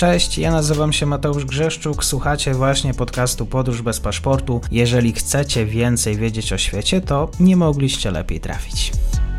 Cześć, ja nazywam się Mateusz Grzeszczuk, słuchacie właśnie podcastu Podróż bez paszportu. Jeżeli chcecie więcej wiedzieć o świecie, to nie mogliście lepiej trafić.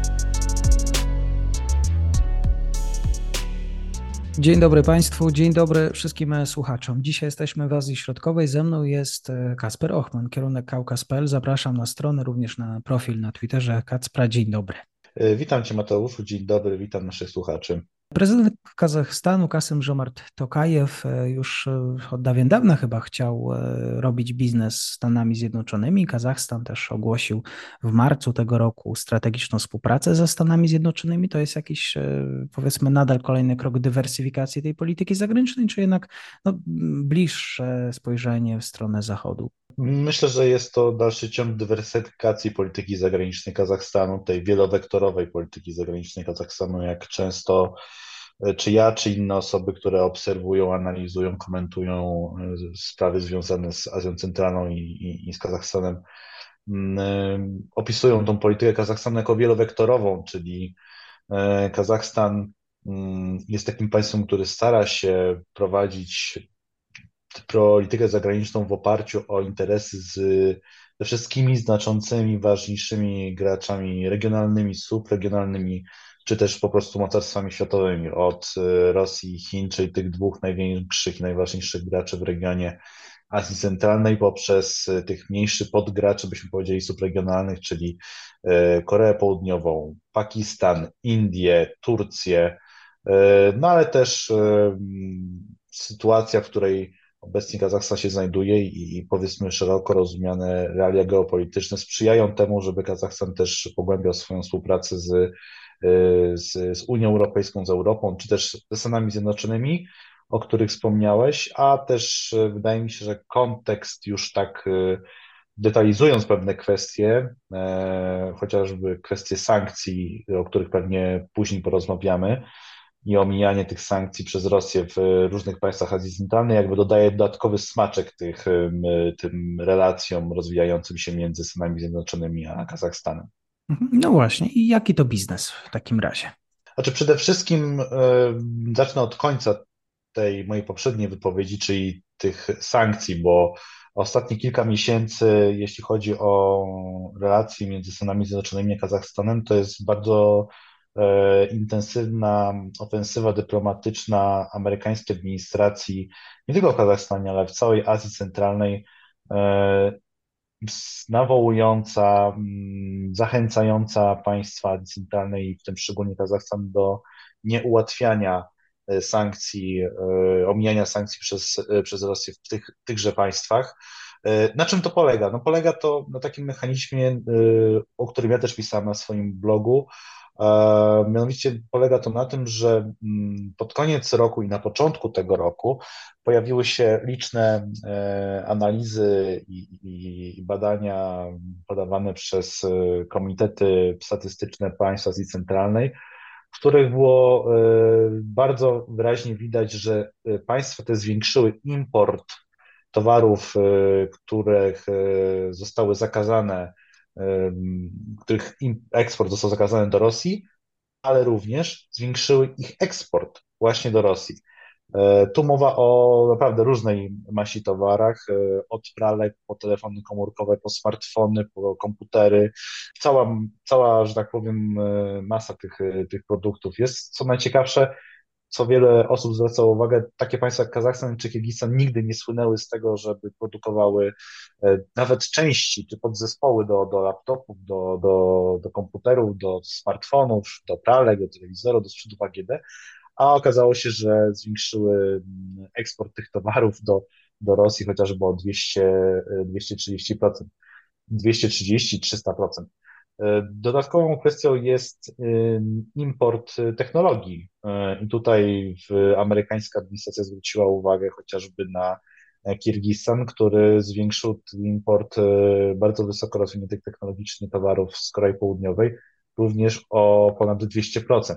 Dzień dobry Państwu, dzień dobry wszystkim słuchaczom. Dzisiaj jesteśmy w Azji Środkowej, ze mną jest Kacper Ochman, kierunek Kaukaz.pl. Zapraszam na stronę, również na profil na Twitterze Kacpra. Dzień dobry. Witam Cię, Mateuszu, dzień dobry, witam naszych słuchaczy. Prezydent Kazachstanu Kasym-Żomart Tokajew już od dawien dawna chyba chciał robić biznes z Stanami Zjednoczonymi. Kazachstan też ogłosił w marcu tego roku strategiczną współpracę ze Stanami Zjednoczonymi. To jest jakiś, powiedzmy, nadal kolejny krok dywersyfikacji tej polityki zagranicznej, czy jednak bliższe spojrzenie w stronę Zachodu? Myślę, że jest to dalszy ciąg dywersyfikacji polityki zagranicznej Kazachstanu, tej wielowektorowej polityki zagranicznej Kazachstanu, jak często czy ja, czy inne osoby, które obserwują, analizują, komentują sprawy związane z Azją Centralną i z Kazachstanem, opisują tą politykę Kazachstanu jako wielowektorową, czyli Kazachstan jest takim państwem, który stara się prowadzić politykę zagraniczną w oparciu o interesy ze wszystkimi znaczącymi, ważniejszymi graczami regionalnymi, subregionalnymi, czy też po prostu mocarstwami światowymi, od Rosji i Chin, czyli tych dwóch największych i najważniejszych graczy w regionie Azji Centralnej, poprzez tych mniejszych podgraczy, byśmy powiedzieli, subregionalnych, czyli Koreę Południową, Pakistan, Indię, Turcję, no ale też sytuacja, w której obecnie Kazachstan się znajduje i powiedzmy szeroko rozumiane realia geopolityczne sprzyjają temu, żeby Kazachstan też pogłębiał swoją współpracę z Unią Europejską, z Europą, czy też ze Stanami Zjednoczonymi, o których wspomniałeś, a też wydaje mi się, że kontekst już tak detalizując pewne kwestie, chociażby kwestie sankcji, o których pewnie później porozmawiamy, i omijanie tych sankcji przez Rosję w różnych państwach Azji Centralnej jakby dodaje dodatkowy smaczek tym relacjom rozwijającym się między Stanami Zjednoczonymi a Kazachstanem. No właśnie, i jaki to biznes w takim razie? Znaczy przede wszystkim zacznę od końca tej mojej poprzedniej wypowiedzi, czyli tych sankcji, bo ostatnie kilka miesięcy, jeśli chodzi o relacje między Stanami Zjednoczonymi a Kazachstanem, to jest bardzo intensywna ofensywa dyplomatyczna amerykańskiej administracji, nie tylko w Kazachstanie, ale w całej Azji Centralnej, e, nawołująca, zachęcająca państwa Azji Centralnej, w tym szczególnie Kazachstan, do nieułatwiania sankcji, omijania sankcji przez Rosję w tychże państwach. Na czym to polega? No polega to na takim mechanizmie, o którym ja też pisałem na swoim blogu. Mianowicie polega to na tym, że pod koniec roku i na początku tego roku pojawiły się liczne analizy i badania podawane przez komitety statystyczne państw Azji Centralnej, w których było bardzo wyraźnie widać, że państwa te zwiększyły import towarów, których zostały zakazane, których eksport został zakazany do Rosji, ale również zwiększyły ich eksport właśnie do Rosji. Tu mowa o naprawdę różnej maści towarach, od pralek po telefony komórkowe, po smartfony, po komputery. Cała, że tak powiem, masa tych produktów jest. Co najciekawsze, co wiele osób zwracało uwagę, takie państwa jak Kazachstan czy Kirgistan nigdy nie słynęły z tego, żeby produkowały nawet części czy podzespoły do laptopów, do komputerów, do smartfonów, do pralek, do telewizorów, do sprzętów AGD, a okazało się, że zwiększyły eksport tych towarów do Rosji chociażby o 230%, 230-300%. Dodatkową kwestią jest import technologii. I tutaj amerykańska administracja zwróciła uwagę chociażby na Kirgistan, który zwiększył import bardzo wysoko rozwiniętych technologicznie towarów z Korei Południowej, również o ponad 200%.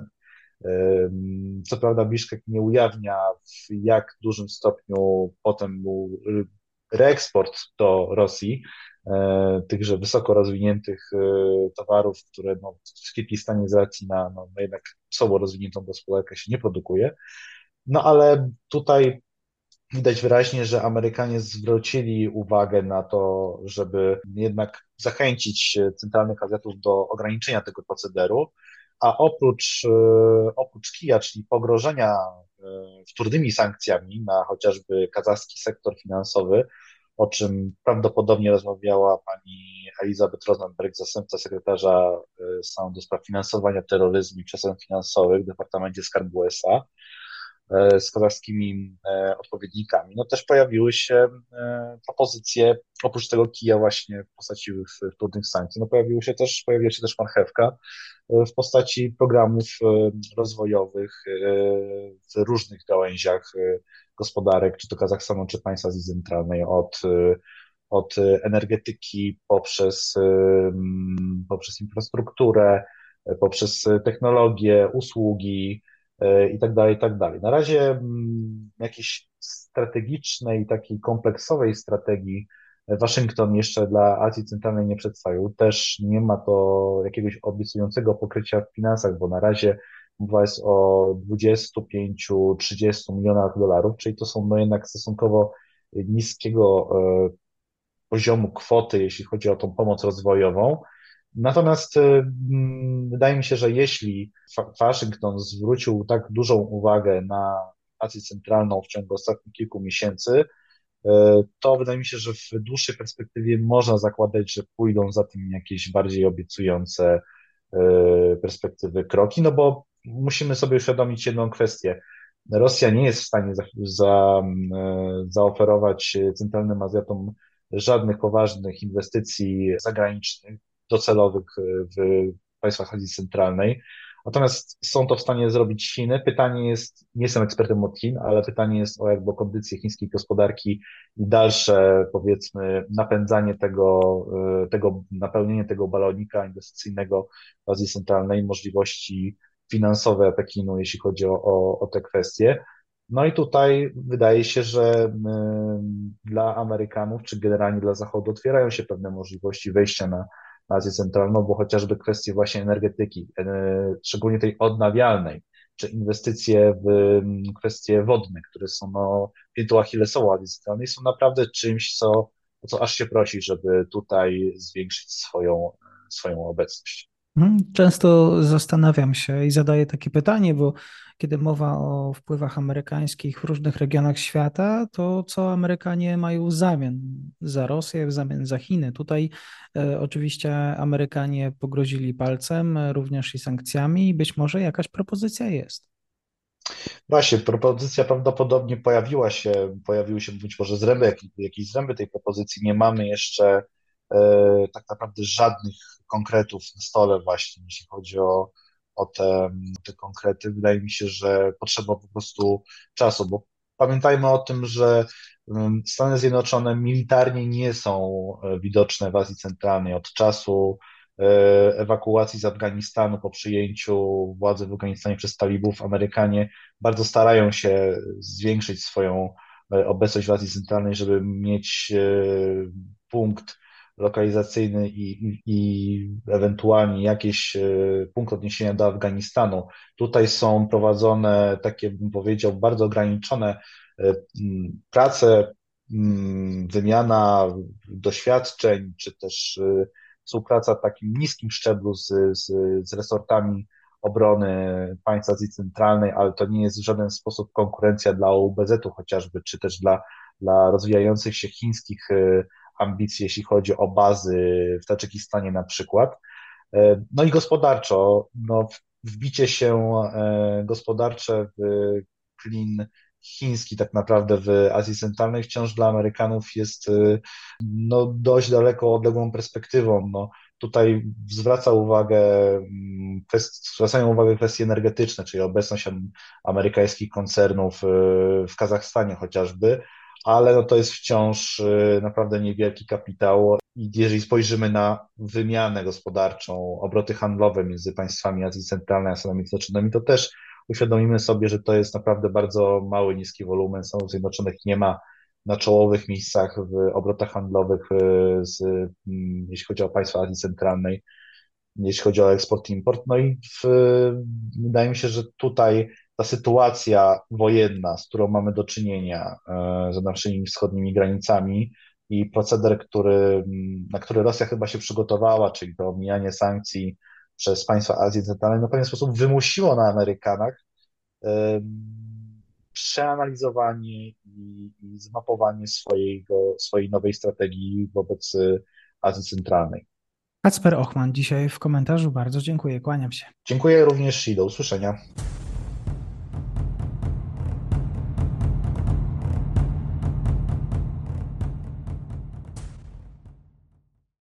Co prawda Biszkek nie ujawnia, w jak dużym stopniu potem był reeksport do Rosji tychże wysoko rozwiniętych towarów, które no, w Kirgistanie z racji na no, jednak słabo rozwiniętą gospodarkę się nie produkuje. No ale tutaj widać wyraźnie, że Amerykanie zwrócili uwagę na to, żeby jednak zachęcić centralnych Azjatów do ograniczenia tego procederu, a oprócz kija, czyli pogrożenia wtórnymi sankcjami na chociażby kazachski sektor finansowy, o czym prawdopodobnie rozmawiała pani Elizabeth Rosenberg, zastępca sekretarza stanu do spraw finansowania terroryzmu i przestępstw finansowych w Departamencie Skarbu USA, z kazachskimi odpowiednikami, no też pojawiły się propozycje, oprócz tego kija właśnie w postaci wtórnych sankcji, no pojawiła się też marchewka w postaci programów rozwojowych w różnych gałęziach gospodarek, czy to Kazachstanu, czy państwa Azji Centralnej, od energetyki poprzez infrastrukturę, poprzez technologię, usługi i tak dalej, i tak dalej. Na razie jakiejś strategicznej, takiej kompleksowej strategii Waszyngton jeszcze dla Azji Centralnej nie przedstawił. Też nie ma to jakiegoś obiecującego pokrycia w finansach, bo na razie mowa jest o 25-30 milionach dolarów, czyli to są no jednak stosunkowo niskiego poziomu kwoty, jeśli chodzi o tą pomoc rozwojową. Natomiast wydaje mi się, że jeśli Waszyngton zwrócił tak dużą uwagę na Azję Centralną w ciągu ostatnich kilku miesięcy, to wydaje mi się, że w dłuższej perspektywie można zakładać, że pójdą za tym jakieś bardziej obiecujące perspektywy kroki, no bo musimy sobie uświadomić jedną kwestię. Rosja nie jest w stanie zaoferować Centralnym Azjatom żadnych poważnych inwestycji zagranicznych, docelowych w państwach Azji Centralnej. Natomiast są to w stanie zrobić Chiny. Pytanie jest, nie jestem ekspertem od Chin, ale pytanie jest o jakby o kondycję chińskiej gospodarki i dalsze, powiedzmy, napędzanie napełnienie tego balonika inwestycyjnego w Azji Centralnej, możliwości finansowe Pekinu, jeśli chodzi o te kwestie. No i tutaj wydaje się, że dla Amerykanów, czy generalnie dla Zachodu otwierają się pewne możliwości wejścia na Azję Centralną, bo chociażby kwestie właśnie energetyki, szczególnie tej odnawialnej, czy inwestycje w kwestie wodne, które są no, piętą achillesową Azji Centralnej, są naprawdę czymś, o co aż się prosi, żeby tutaj zwiększyć swoją obecność. Często zastanawiam się i zadaję takie pytanie, bo kiedy mowa o wpływach amerykańskich w różnych regionach świata, to co Amerykanie mają w zamian za Rosję, w zamian za Chiny? Tutaj oczywiście Amerykanie pogrozili palcem, również i sankcjami, i być może jakaś propozycja jest. Właśnie, propozycja prawdopodobnie pojawiły się być może jakieś zręby tej propozycji. Nie mamy jeszcze tak naprawdę żadnych konkretów na stole właśnie, jeśli chodzi o te konkrety. Wydaje mi się, że potrzeba po prostu czasu, bo pamiętajmy o tym, że Stany Zjednoczone militarnie nie są widoczne w Azji Centralnej od czasu ewakuacji z Afganistanu po przyjęciu władzy w Afganistanie przez talibów. Amerykanie bardzo starają się zwiększyć swoją obecność w Azji Centralnej, żeby mieć punkt lokalizacyjny i ewentualnie jakiś punkt odniesienia do Afganistanu. Tutaj są prowadzone takie, bym powiedział, bardzo ograniczone prace, wymiana doświadczeń, czy też współpraca w takim niskim szczeblu z resortami obrony państw Azji Centralnej, ale to nie jest w żaden sposób konkurencja dla OUBZ-u chociażby, czy też dla rozwijających się chińskich ambicji, jeśli chodzi o bazy w Tadżykistanie na przykład. No i gospodarczo, no, wbicie się gospodarcze w klin chiński tak naprawdę w Azji Centralnej wciąż dla Amerykanów jest no, dość daleko odległą perspektywą. No, tutaj zwracają uwagę kwestie energetyczne, czyli obecność amerykańskich koncernów w Kazachstanie chociażby, ale no to jest wciąż naprawdę niewielki kapitał. I jeżeli spojrzymy na wymianę gospodarczą, obroty handlowe między państwami Azji Centralnej a Stanami Zjednoczonymi, to też uświadomimy sobie, że to jest naprawdę bardzo mały, niski wolumen. Stanów Zjednoczonych nie ma na czołowych miejscach w obrotach handlowych, jeśli chodzi o państwa Azji Centralnej. jeśli chodzi o eksport i import. No i wydaje mi się, że tutaj ta sytuacja wojenna, z którą mamy do czynienia za naszymi wschodnimi granicami i proceder, na który Rosja chyba się przygotowała, czyli to omijanie sankcji przez państwa Azji Centralnej, no w pewien sposób wymusiło na Amerykanach przeanalizowanie i zmapowanie swojej nowej strategii wobec Azji Centralnej. Kacper Ochman dzisiaj w komentarzu. Bardzo dziękuję, kłaniam się. Dziękuję również i do usłyszenia.